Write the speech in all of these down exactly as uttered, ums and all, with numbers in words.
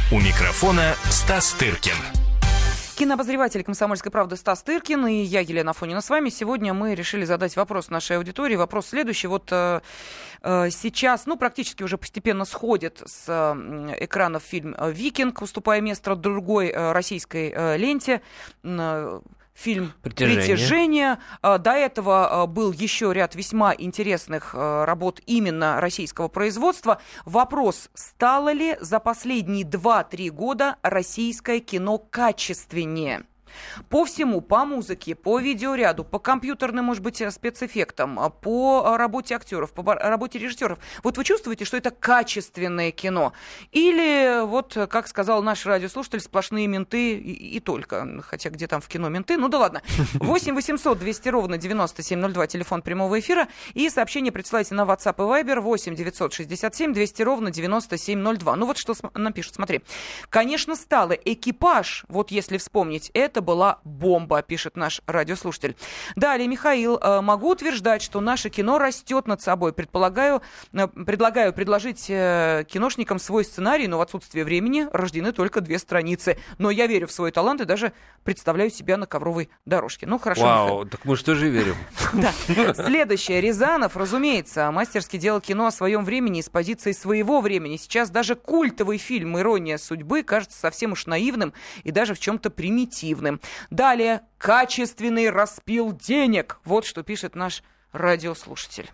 У микрофона Стас Тыркин. Кинообозреватель «Комсомольской правды» Стас Тыркин и я, Елена Афонина, с вами. Сегодня мы решили задать вопрос нашей аудитории. Вопрос следующий. Вот э, э, сейчас, ну, практически уже постепенно сходит с э, экранов фильм «Викинг», уступая место другой э, российской э, ленте. Э, Фильм «Притяжение». «Притяжение». До этого был еще ряд весьма интересных работ именно российского производства. Вопрос, стало ли за последние два-три года российское кино качественнее? По всему, по музыке, по видеоряду, по компьютерным, может быть, спецэффектам, по работе актеров, по работе режиссеров. Вот вы чувствуете, что это качественное кино? Или, вот, как сказал наш радиослушатель, сплошные менты и, и только. Хотя где там в кино менты? Ну да ладно. восемь восемьсот двести ровно девяносто семь ноль два, телефон прямого эфира. И сообщение присылайте на WhatsApp и Viber восемь девятьсот шестьдесят семь двести ровно девяносто семь ноль два. Ну вот что нам пишут, смотри. Конечно, стало «Экипаж», вот если вспомнить, это была бомба, пишет наш радиослушатель. Далее, Михаил, могу утверждать, что наше кино растет над собой. Предполагаю, предлагаю предложить киношникам свой сценарий, но в отсутствие времени рождены только две страницы. Но я верю в свой талант и даже представляю себя на ковровой дорожке. Ну, хорошо. Вау, Михаил. Так мы что же верим? Да. Следующее. Рязанов, разумеется, мастерски делал кино о своем времени с позиции своего времени. Сейчас даже культовый фильм «Ирония судьбы» кажется совсем уж наивным и даже в чем-то примитивным. Далее, качественный распил денег. Вот что пишет наш радиослушатель.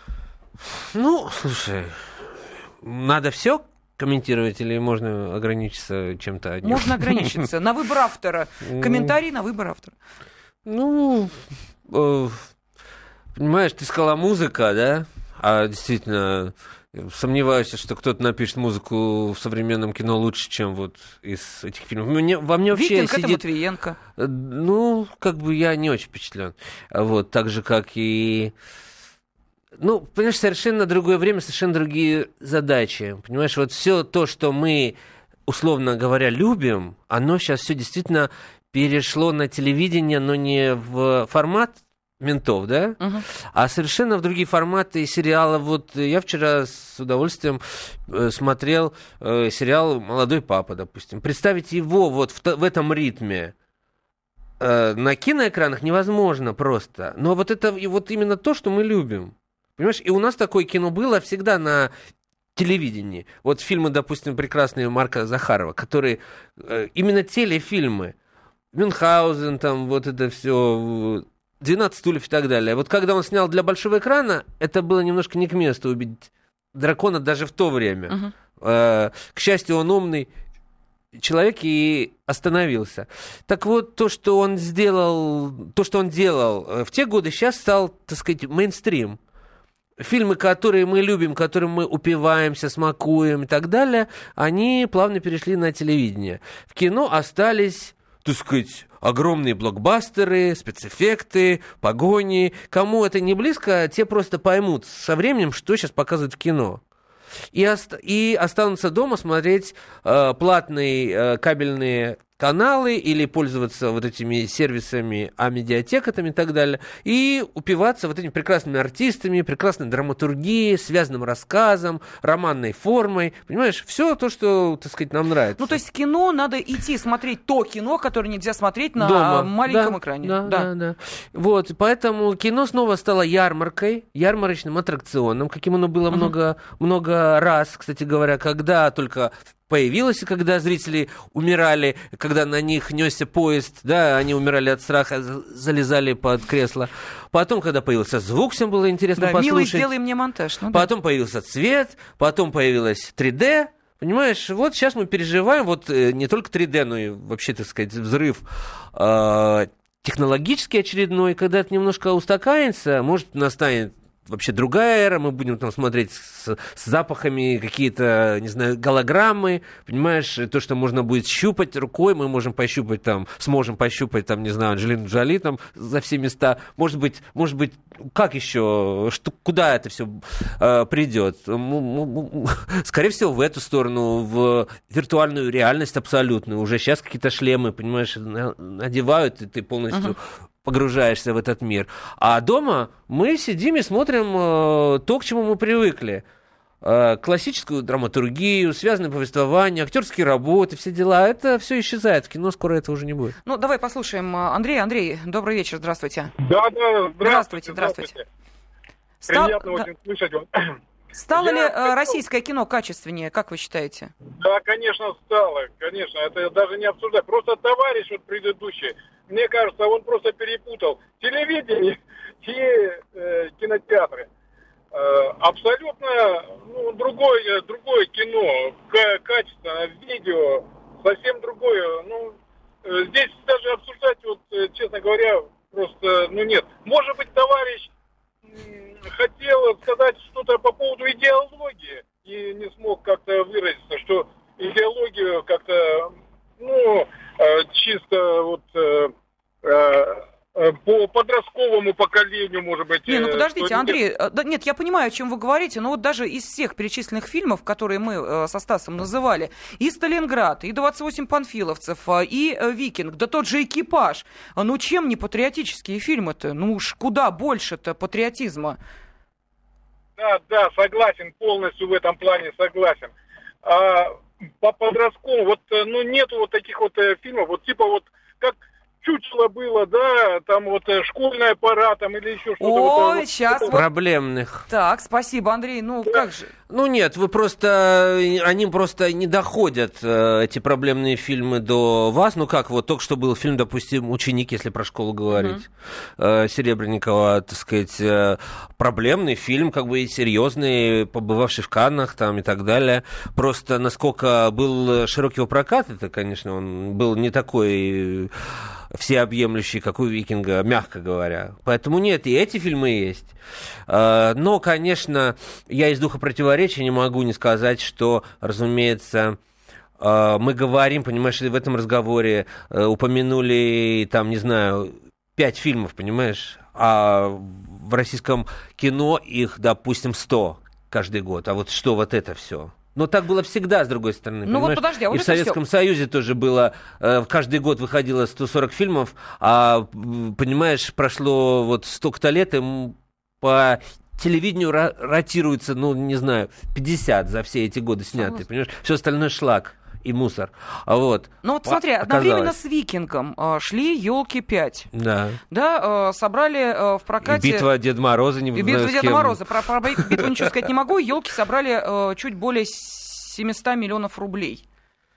Ну, слушай, надо все комментировать или можно ограничиться чем-то одним? Можно ограничиться. На выбор автора. Комментарий на выбор автора. Ну, понимаешь, ты сказала музыка, да? А действительно... Сомневаюсь, что кто-то напишет музыку в современном кино лучше, чем вот из этих фильмов. Мне, во мне вообще Викинг, сидит... это Матвиенко. Ну, как бы я не очень впечатлен. Вот, так же, как и... Ну, понимаешь, совершенно другое время, совершенно другие задачи. Понимаешь, вот все то, что мы, условно говоря, любим, оно сейчас все действительно перешло на телевидение, но не в формат ментов, да? Uh-huh. А совершенно в другие форматы сериала. Вот я вчера с удовольствием э, смотрел э, сериал «Молодой папа», допустим. Представить его вот в, в этом ритме э, на киноэкранах невозможно просто. Но вот это вот именно то, что мы любим. Понимаешь? И у нас такое кино было всегда на телевидении. Вот фильмы, допустим, прекрасные Марка Захарова, которые э, именно телефильмы. Мюнхгаузен, там вот это все... «двенадцать стульев» и так далее. Вот когда он снял для большого экрана, это было немножко не к месту убить дракона даже в то время. Uh-huh. Э, к счастью, он умный человек и остановился. Так вот, то, что он сделал, то, что он делал в те годы, сейчас стал, так сказать, мейнстрим. Фильмы, которые мы любим, которым мы упиваемся, смакуем и так далее, они плавно перешли на телевидение. В кино остались, так сказать, огромные блокбастеры, спецэффекты, погони. Кому это не близко, те просто поймут со временем, что сейчас показывают в кино. И, ост- и останутся дома смотреть э, платные э, кабельные каналы или пользоваться вот этими сервисами, а-медиатеками и так далее, и упиваться вот этими прекрасными артистами, прекрасной драматургией, связанным рассказом, романной формой. Понимаешь, все то, что, так сказать, нам нравится. Ну, то есть кино надо идти смотреть то кино, которое нельзя смотреть на дома. маленьком Да, экране. Да, да. да, да. Вот, поэтому кино снова стало ярмаркой, ярмарочным аттракционом, каким оно было uh-huh. много, много раз, кстати говоря, когда только... появилось, когда зрители умирали, когда на них несся поезд, да, они умирали от страха, залезали под кресло. Потом, когда появился звук, всем было интересно да, послушать. Милый, сделай мне монтаж. Ну, потом да. появился цвет, потом появилась три дэ. Понимаешь, вот сейчас мы переживаем, вот э, не только три дэ, но и вообще, так сказать, взрыв э, технологический очередной. Когда это немножко устаканится, может, настанет вообще другая эра, мы будем там смотреть с, с запахами какие-то, не знаю, голограммы, понимаешь, то, что можно будет щупать рукой, мы можем пощупать там, сможем пощупать там, не знаю, Анджелину Джоли там за все места, может быть, может быть, как еще, что, куда это все э, придет? Скорее всего, в эту сторону, в виртуальную реальность абсолютную, уже сейчас какие-то шлемы, понимаешь, надевают, и ты полностью... Uh-huh. погружаешься в этот мир. А дома мы сидим и смотрим э, то, к чему мы привыкли. классическую драматургию, связанное повествование, актерские работы, все дела. Это все исчезает. В кино скоро этого уже не будет. Ну, давай послушаем Андрея. Андрей, добрый вечер, здравствуйте. Да, да, здравствуйте. Здравствуйте, здравствуйте. Стал... Приятно да. очень слышать вас. Стало Я ли хотел... российское кино качественнее, как вы считаете? Да, конечно, стало, конечно. Это даже не обсуждать. Просто товарищ вот предыдущий, мне кажется, он просто перепутал телевидение и э, кинотеатры. Абсолютно ну, другое, другое кино, к- качество, видео, совсем другое. Ну, здесь даже обсуждать, вот, честно говоря, просто, ну, нет. Может быть, товарищ м- хотел сказать что-то по поводу идеологии и не смог как-то выразиться, что идеологию как-то, ну, чисто вот... по подростковому поколению, может быть. Не, ну подождите, Андрей, да, нет, я понимаю, о чем вы говорите, но вот даже из всех перечисленных фильмов, которые мы э, со Стасом называли, и «Сталинград», и «двадцать восемь панфиловцев», и э, «Викинг», да тот же «Экипаж», ну чем не патриотические фильмы-то? Ну уж куда больше-то патриотизма? Да, да, согласен, полностью в этом плане согласен. А, по подростковому, вот, ну нету вот таких вот э, фильмов, вот типа вот, как... чучело было, да, там вот школьная пора, там или еще что-то. Ой, вот, сейчас. вот, проблемных. Так, спасибо, Андрей. Ну, да. Как же? Ну, нет, вы просто... Они просто не доходят, эти проблемные фильмы, до вас. Ну, как вот, только что был фильм, допустим, «Ученик», если про школу говорить. Uh-huh. Серебренникова, так сказать, проблемный фильм, как бы и серьезный, побывавший в Каннах там и так далее. Просто насколько был широкий его прокат, это, конечно, он был не такой... всеобъемлющий, как у «Викинга», мягко говоря. Поэтому нет, и эти фильмы есть. Но, конечно, я из духа противоречия не могу не сказать, что, разумеется, мы говорим, понимаешь, в этом разговоре упомянули, там, не знаю, пять фильмов, понимаешь, а в российском кино их, допустим, сто каждый год. А вот что вот это все? Но так было всегда, с другой стороны. Ну понимаешь? Вот подожди, а вот и в Советском всё. Союзе тоже было, э, каждый год выходило сто сорок фильмов, а, понимаешь, прошло вот столько-то лет, и по телевидению ро- ротируется, ну, не знаю, пятьдесят за все эти годы снятые, понимаешь? Все остальное шлак и мусор. А вот, ну вот смотри, оказалось... одновременно с «Викингом» э, шли «Елки пять». Да. Да, э, собрали э, в прокате... И «Битва Деда Мороза», не знаю, И «Битва Деда кем. Мороза». Про, про битву ничего сказать не могу. «Елки» собрали э, чуть более семьсот миллионов рублей.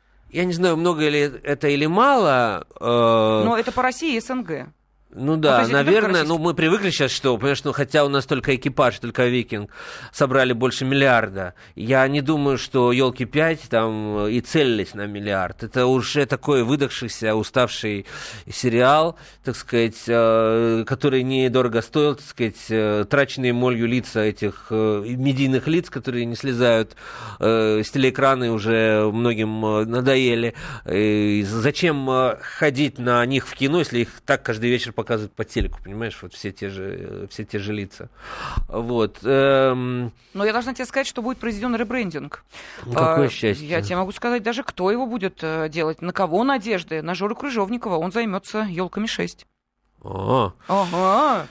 Я не знаю, много ли это или мало. Э... Но это по России и СНГ. Ну да, ну, наверное, ну мы привыкли сейчас, что, понимаешь, ну хотя у нас только «Экипаж», только «Викинг» собрали больше миллиарда. Я не думаю, что «Елки пять» там и целились на миллиард. Это уже такой выдохшийся, уставший сериал, так сказать, э, который недорого стоил, так сказать, э, траченные молью лица этих э, медийных лиц, которые не слезают э, с телеэкрана и уже многим э, надоели. Э, зачем э, ходить на них в кино, если их так каждый вечер показывают по телеку, понимаешь, вот все те же, все те же лица. Вот. Эм... Но я должна тебе сказать, что будет произведен ребрендинг. Ну, какое а, счастье. Я тебе могу сказать даже, кто его будет делать, на кого надежды. На Жору Крыжовникова. Он займется «Елками шесть». О. Ага.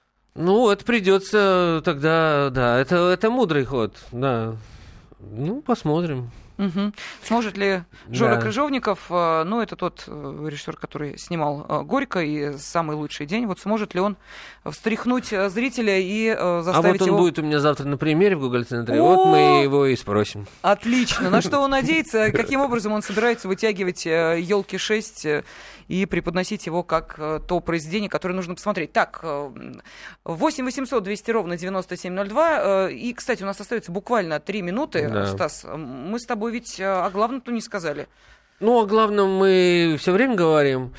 Ну, это придется тогда, да, это, это мудрый ход, да. Ну, посмотрим. Угу. Сможет ли Жора да. Крыжовников, ну, это тот режиссер, который снимал «Горько» и «Самый лучший день», вот сможет ли он встряхнуть зрителя и заставить его... А вот он его... будет у меня завтра на премьере в Google-центре, вот мы его и спросим. Отлично. На что он надеется, каким образом он собирается вытягивать «Елки шесть» и преподносить его как то произведение, которое нужно посмотреть. Так, восемь восемьсот двести ровно девяносто семь ноль два. И, кстати, у нас остается буквально три минуты, да. Стас. Мы с тобой ведь о главном-то не сказали. Ну, о главном мы все время говорим.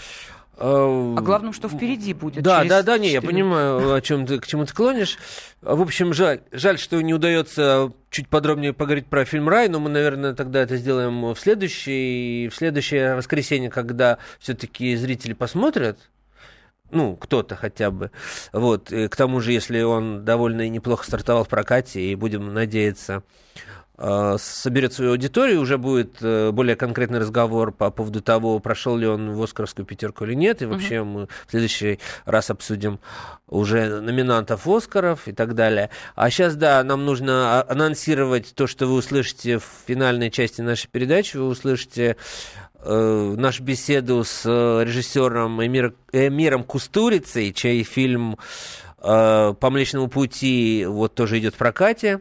О главном, что впереди будет. Да, да, да, не, я понимаю, о чем ты, к чему ты клонишь. В общем, жаль, жаль, что не удается чуть подробнее поговорить про фильм «Рай», но мы, наверное, тогда это сделаем в следующий, в следующее воскресенье, когда все-таки зрители посмотрят. Ну, кто-то хотя бы. Вот. И к тому же, если он довольно неплохо стартовал в прокате, и будем надеяться, соберет свою аудиторию, уже будет более конкретный разговор по поводу того, прошел ли он в «Оскаровскую пятерку» или нет, и вообще uh-huh. мы в следующий раз обсудим уже номинантов «Оскаров» и так далее. А сейчас, да, нам нужно анонсировать то, что вы услышите в финальной части нашей передачи. Вы услышите э, нашу беседу с режиссером Эмир, Эмиром Кустурицей, чей фильм э, «По Млечному пути» вот тоже идет в прокате,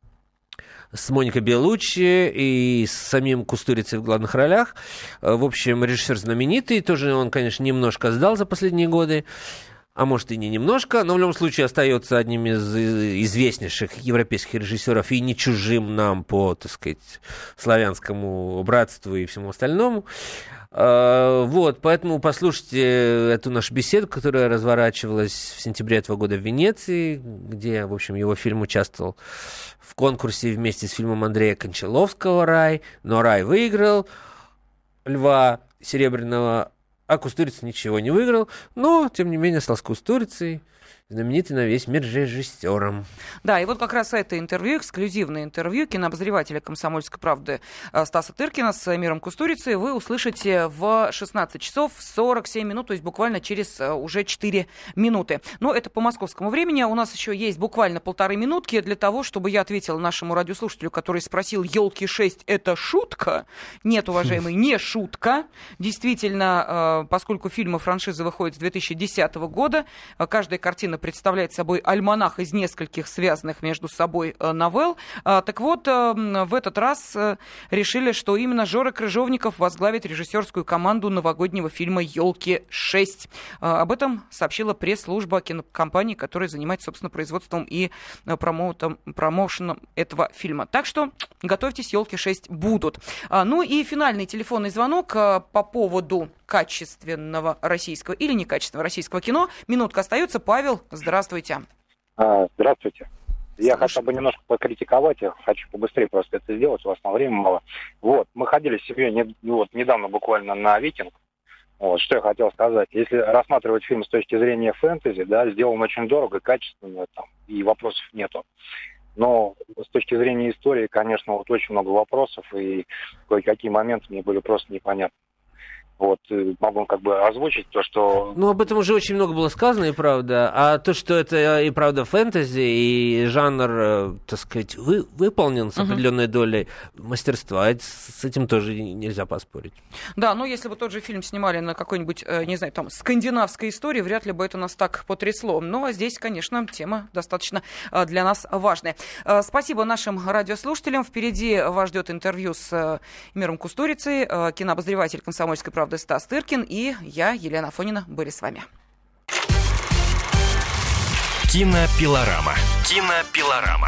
с Моникой Беллуччи и с самим Кустурицей в главных ролях. В общем, режиссер знаменитый, тоже он, конечно, немножко сдал за последние годы, а может и не немножко, но в любом случае остается одним из известнейших европейских режиссеров и не чужим нам по, так сказать, славянскому братству и всему остальному. Вот, поэтому послушайте эту нашу беседу, которая разворачивалась в сентябре этого года в Венеции, где, в общем, его фильм участвовал в конкурсе вместе с фильмом Андрея Кончаловского «Рай», но «Рай» выиграл Льва Серебряного, а Кустурица ничего не выиграл, но, тем не менее, стал с Кустурицей знаменитый на весь мир режиссером. Да, и вот как раз это интервью, эксклюзивное интервью кинообозревателя «Комсомольской правды» Стаса Тыркина с Эмиром Кустурицей вы услышите в шестнадцать часов сорок семь минут, то есть буквально через уже четыре минуты. Но это по московскому времени. У нас еще есть буквально полторы минутки для того, чтобы я ответила нашему радиослушателю, который спросил, «Елки шесть это шутка?» Нет, уважаемый, не шутка. Действительно, поскольку фильмы франшизы выходят с две тысячи десятого года, каждая картина представляет собой альманах из нескольких связанных между собой новелл. Так вот, в этот раз решили, что именно Жора Крыжовников возглавит режиссерскую команду новогоднего фильма «Елки шесть». Об этом сообщила пресс-служба кинокомпании, которая занимается, собственно, производством и промоутом, промоушеном этого фильма. Так что готовьтесь, «Елки шесть» будут. Ну и финальный телефонный звонок по поводу качественного российского или некачественного российского кино. Минутка остается. Павел, здравствуйте. А, здравствуйте. Я хотел бы немножко покритиковать, я хочу побыстрее просто это сделать, у вас на время мало. Вот, мы ходили с семьей не, вот, недавно буквально на «Викинг». Вот, что я хотел сказать. Если рассматривать фильм с точки зрения фэнтези, да, сделан очень дорого, качественно, там, и вопросов нету. Но с точки зрения истории, конечно, вот очень много вопросов, и кое-какие моменты мне были просто непонятны. Вот, могу как бы озвучить то, что... Ну, об этом уже очень много было сказано, и правда. А то, что это и правда фэнтези, и жанр, так сказать, вы, выполнен с определенной uh-huh. долей мастерства, с этим тоже нельзя поспорить. Да, но если бы тот же фильм снимали на какой-нибудь, не знаю, там, скандинавской истории, вряд ли бы это нас так потрясло. Но здесь, конечно, тема достаточно для нас важная. Спасибо нашим радиослушателям. Впереди вас ждет интервью с Эмиром Кустурицей, кинообозреватель «Комсомольской правды» Стас Тыркин, и я, Елена Афонина, были с вами. Кинопилорама. Кинопилорама.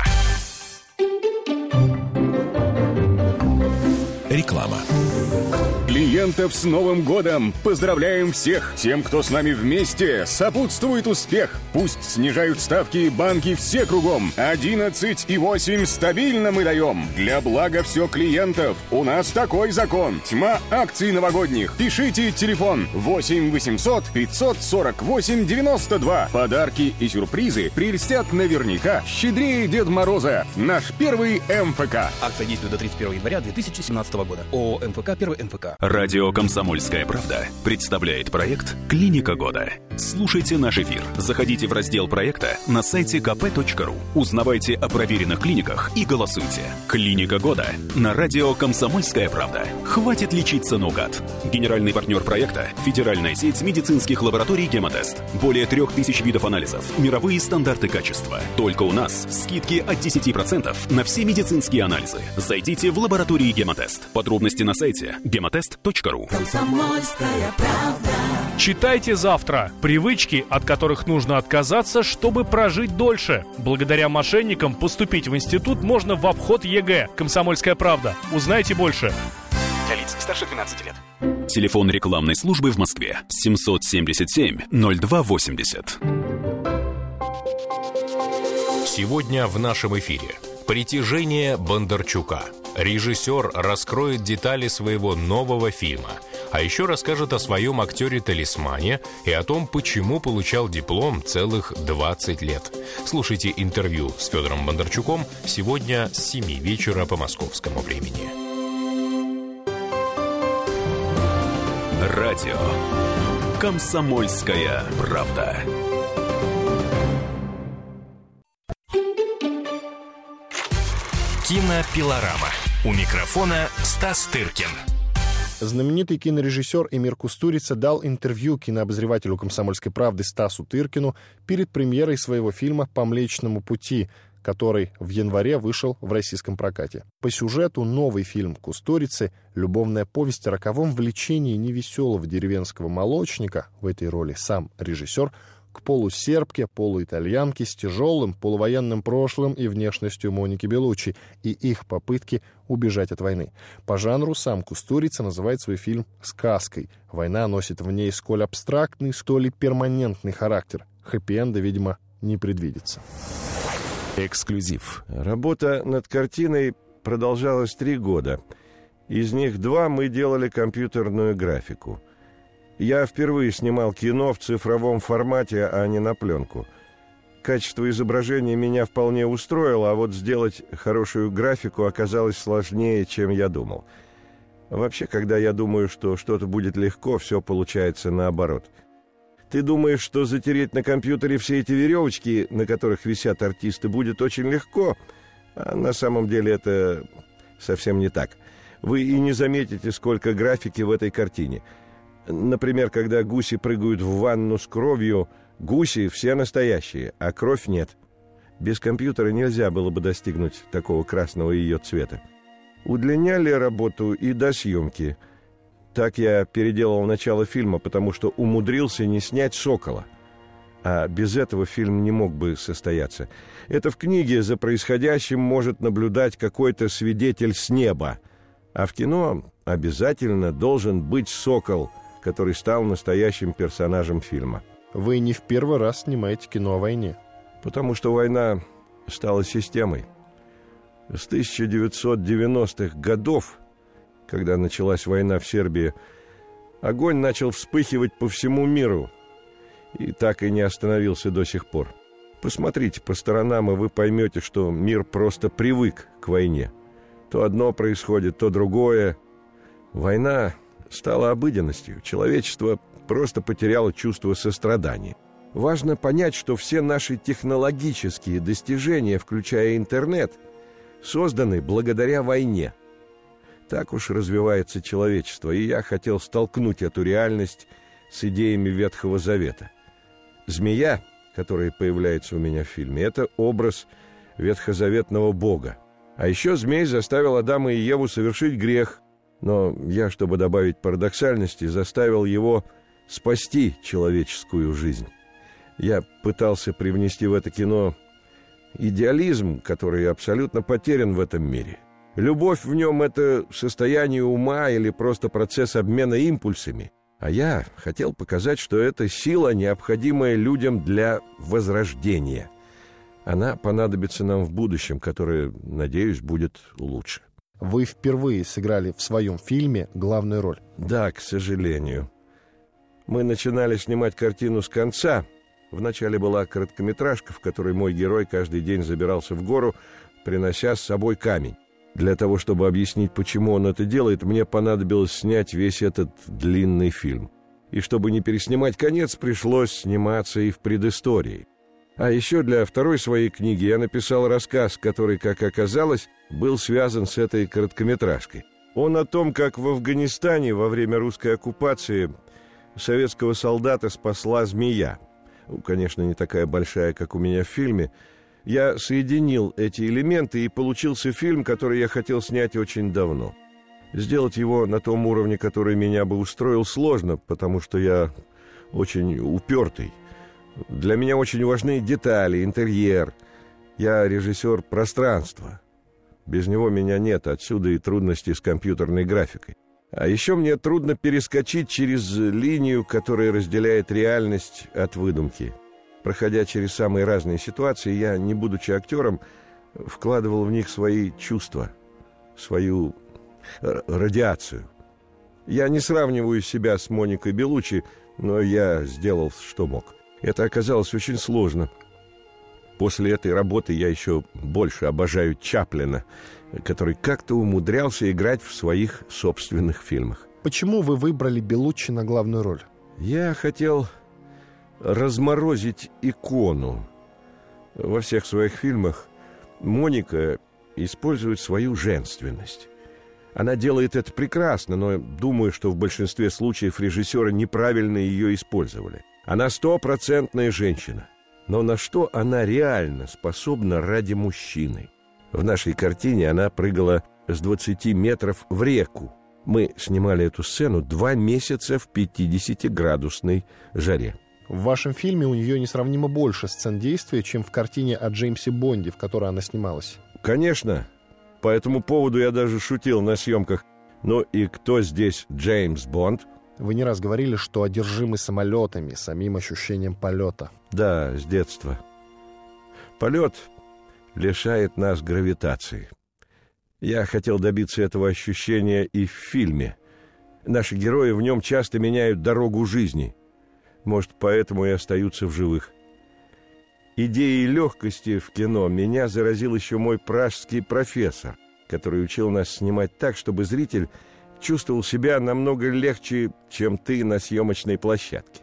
Реклама. Клиентов с Новым годом! Поздравляем всех! Тем, кто с нами вместе, сопутствует успех. Пусть снижают ставки банки все кругом. одиннадцать и восемь стабильно мы даем. Для блага все клиентов. У нас такой закон. Тьма акций новогодних. Пишите телефон восемь восемьсот пятьсот сорок восемь девяносто два. Подарки и сюрпризы прельстят наверняка. Щедрее Дед Мороза. Наш первый эм эф ка. Акция действует до тридцать первого января две тысячи семнадцатого года. ООО «эм эф ка», первый эм эф ка. Радио «Комсомольская правда» представляет проект «Клиника года». Слушайте наш эфир. Заходите в раздел проекта на сайте ка пэ точка ру. Узнавайте о проверенных клиниках и голосуйте. «Клиника года» на радио «Комсомольская правда». Хватит лечиться наугад. Генеральный партнер проекта – Федеральная сеть медицинских лабораторий «Гемотест». Более трех тысяч видов анализов. Мировые стандарты качества. Только у нас скидки от десять процентов на все медицинские анализы. Зайдите в лаборатории «Гемотест». Подробности на сайте гемотест точка ру. Комсомольская правда. Читайте завтра. Привычки, от которых нужно отказаться, чтобы прожить дольше. Благодаря мошенникам поступить в институт можно в обход ЕГЭ. «Комсомольская правда». Узнайте больше. Для лиц старше двенадцати лет. Телефон рекламной службы в Москве семьсот семьдесят семь ноль два восемьдесят. Сегодня в нашем эфире «Притяжение Бондарчука». Режиссер раскроет детали своего нового фильма. А еще расскажет о своем актере-талисмане и о том, почему получал диплом целых двадцать лет. Слушайте интервью с Федором Бондарчуком сегодня с семи вечера по московскому времени. Радио «Комсомольская правда». Кинопилорама. У микрофона Стас Тыркин. Знаменитый кинорежиссер Эмир Кустурица дал интервью кинообозревателю «Комсомольской правды» Стасу Тыркину перед премьерой своего фильма «По Млечному пути», который в январе вышел в российском прокате. По сюжету новый фильм Кустурицы — любовная повесть о роковом влечении невеселого деревенского молочника, в этой роли сам режиссер, к полусербке, полуитальянке с тяжелым полувоенным прошлым и внешностью Моники Беллуччи и их попытки убежать от войны. По жанру сам Кустурица называет свой фильм «сказкой». Война носит в ней сколь абстрактный, столь и перманентный характер. Хэппи-энда, видимо, не предвидится. Эксклюзив. Работа над картиной продолжалась три года. Из них два мы делали компьютерную графику. Я впервые снимал кино в цифровом формате, а не на пленку. Качество изображения меня вполне устроило, а вот сделать хорошую графику оказалось сложнее, чем я думал. Вообще, когда я думаю, что что-то будет легко, все получается наоборот. Ты думаешь, что затереть на компьютере все эти веревочки, на которых висят артисты, будет очень легко, а на самом деле это совсем не так. Вы и не заметите, сколько графики в этой картине. Например, когда гуси прыгают в ванну с кровью, гуси все настоящие, а кровь нет. Без компьютера нельзя было бы достигнуть такого красного ее цвета. Удлиняли работу и до съемки. Так я переделал начало фильма, потому что умудрился не снять «Сокола». А без этого фильм не мог бы состояться. Это в книге за происходящим может наблюдать какой-то свидетель с неба. А в кино обязательно должен быть «Сокол», который стал настоящим персонажем фильма. Вы не в первый раз снимаете кино о войне. Потому что война стала системой. С тысяча девятьсот девяностых годов, когда началась война в Сербии, огонь начал вспыхивать по всему миру и так и не остановился до сих пор. Посмотрите по сторонам, и вы поймете, что мир просто привык к войне. То одно происходит, то другое. Война стала обыденностью. Человечество просто потеряло чувство сострадания. Важно понять, что все наши технологические достижения, включая интернет, созданы благодаря войне. Так уж развивается человечество, и я хотел столкнуть эту реальность с идеями Ветхого Завета. Змея, которая появляется у меня в фильме, это образ ветхозаветного бога. А еще змей заставил Адама и Еву совершить грех. Но я, чтобы добавить парадоксальности, заставил его спасти человеческую жизнь. Я пытался привнести в это кино идеализм, который абсолютно потерян в этом мире. Любовь в нем — это состояние ума или просто процесс обмена импульсами. А я хотел показать, что это сила, необходимая людям для возрождения. Она понадобится нам в будущем, которое, надеюсь, будет лучше. Вы впервые сыграли в своем фильме главную роль. Да, к сожалению. Мы начинали снимать картину с конца. Вначале была короткометражка, в которой мой герой каждый день забирался в гору, принося с собой камень. Для того, чтобы объяснить, почему он это делает, мне понадобилось снять весь этот длинный фильм. И чтобы не переснимать конец, пришлось сниматься и в предыстории. А еще для второй своей книги я написал рассказ, который, как оказалось, был связан с этой короткометражкой. Он о том, как в Афганистане во время русской оккупации советского солдата спасла змея. Ну, конечно, не такая большая, как у меня в фильме. Я соединил эти элементы, и получился фильм, который я хотел снять очень давно. Сделать его на том уровне, который меня бы устроил, сложно, потому что я очень упертый. Для меня очень важны детали, интерьер. Я режиссер пространства. Без него меня нет, отсюда и трудности с компьютерной графикой. А еще мне трудно перескочить через линию, которая разделяет реальность от выдумки. Проходя через самые разные ситуации, я, не будучи актером, вкладывал в них свои чувства, свою радиацию. Я не сравниваю себя с Моникой Беллуччи, но я сделал, что мог. Это оказалось очень сложно. После этой работы я еще больше обожаю Чаплина, который как-то умудрялся играть в своих собственных фильмах. Почему вы выбрали Беллуччи на главную роль? Я хотел разморозить икону. Во всех своих фильмах Моника использует свою женственность. Она делает это прекрасно, но думаю, что в большинстве случаев режиссеры неправильно ее использовали. Она стопроцентная женщина. Но на что она реально способна ради мужчины? В нашей картине она прыгала с двадцати метров в реку. Мы снимали эту сцену два месяца в пятидесятиградусной жаре. В вашем фильме у нее несравнимо больше сцен действия, чем в картине о Джеймсе Бонде, в которой она снималась. Конечно. По этому поводу я даже шутил на съемках. Ну и кто здесь Джеймс Бонд? Вы не раз говорили, что одержимы самолетами, самим ощущением полета. Да, с детства. Полет лишает нас гравитации. Я хотел добиться этого ощущения и в фильме. Наши герои в нем часто меняют дорогу жизни. Может, поэтому и остаются в живых. Идеей легкости в кино меня заразил еще мой пражский профессор, который учил нас снимать так, чтобы зритель чувствовал себя намного легче, чем ты на съемочной площадке.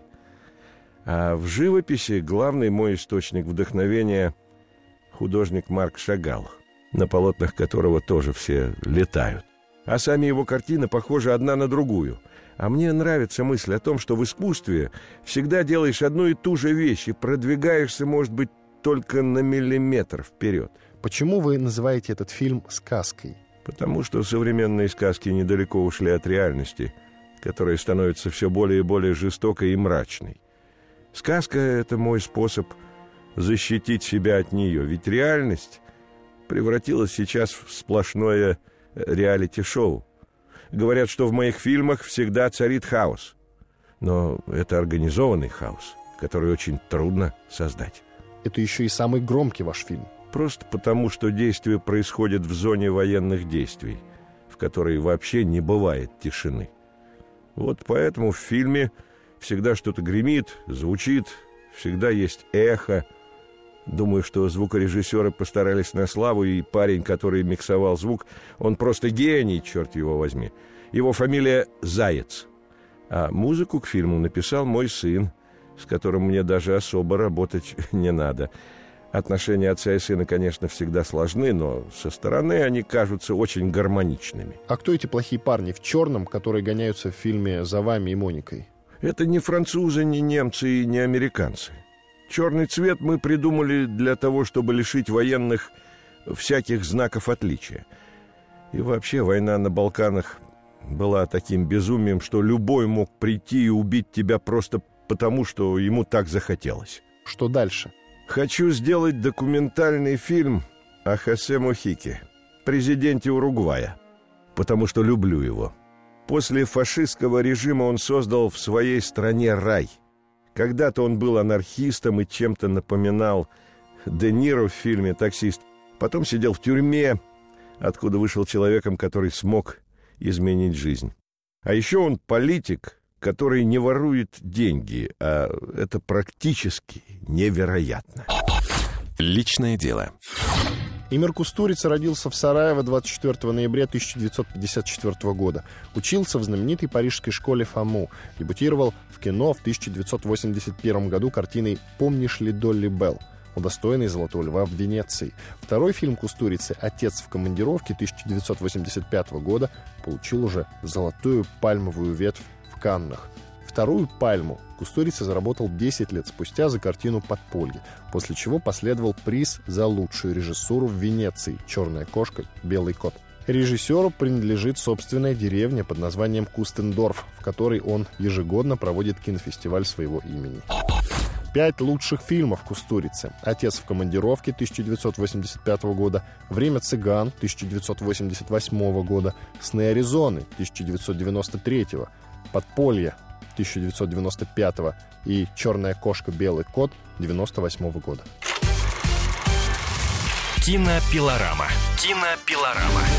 А в живописи главный мой источник вдохновения — художник Марк Шагал, на полотнах которого тоже все летают. А сами его картины похожи одна на другую. А мне нравится мысль о том, что в искусстве всегда делаешь одну и ту же вещь и продвигаешься, может быть, только на миллиметр вперед. Почему вы называете этот фильм сказкой? Потому что современные сказки недалеко ушли от реальности, которая становится все более и более жестокой и мрачной. Сказка — это мой способ защитить себя от нее, ведь реальность превратилась сейчас в сплошное реалити-шоу. Говорят, что в моих фильмах всегда царит хаос. Но это организованный хаос, который очень трудно создать. Это еще и самый громкий ваш фильм. Просто потому, что действие происходит в зоне военных действий, в которой вообще не бывает тишины. Вот поэтому в фильме всегда что-то гремит, звучит, всегда есть эхо. Думаю, что звукорежиссеры постарались на славу, и парень, который миксовал звук, он просто гений, черт его возьми. Его фамилия Заяц. А музыку к фильму написал мой сын, с которым мне даже особо работать не надо. Отношения отца и сына, конечно, всегда сложны, но со стороны они кажутся очень гармоничными. А кто эти плохие парни в черном, которые гоняются в фильме «За вами и Моникой»? Это не французы, не немцы и не американцы. Черный цвет мы придумали для того, чтобы лишить военных всяких знаков отличия. И вообще война на Балканах была таким безумием, что любой мог прийти и убить тебя просто потому, что ему так захотелось. Что дальше? Хочу сделать документальный фильм о Хосе Мухике, президенте Уругвая, потому что люблю его. После фашистского режима он создал в своей стране рай. Когда-то он был анархистом и чем-то напоминал Де Ниро в фильме «Таксист». Потом сидел в тюрьме, откуда вышел человеком, который смог изменить жизнь. А еще он политик, который не ворует деньги, а это практически невероятно. Личное дело. Эмир Кустурица родился в Сараево двадцать четвёртого ноября тысяча девятьсот пятьдесят четвёртого года. Учился в знаменитой парижской школе ФАМУ. Дебютировал в кино в тысяча девятьсот восемьдесят первом году картиной «Помнишь ли Долли Белл?», удостоенный «Золотого льва» в Венеции. Второй фильм Кустурицы «Отец в командировке» тысяча девятьсот восемьдесят пятого года получил уже золотую пальмовую ветвь в Каннах. Вторую пальму Кустурица заработал десять лет спустя за картину «Подполье», после чего последовал приз за лучшую режиссуру в Венеции «Черная кошка, белый кот». Режиссеру принадлежит собственная деревня под названием Кустендорф, в которой он ежегодно проводит кинофестиваль своего имени. Пять лучших фильмов Кустурицы: «Отец в командировке» тысяча девятьсот восемьдесят пятого года, «Время цыган» тысяча девятьсот восемьдесят восьмого года, «Сны Аризоны» тысяча девятьсот девяносто третьего, «Подполье» тысяча девятьсот девяносто пятого и «Черная кошка, белый кот» девяносто восьмого года. Кинопилорама. Кинопилорама.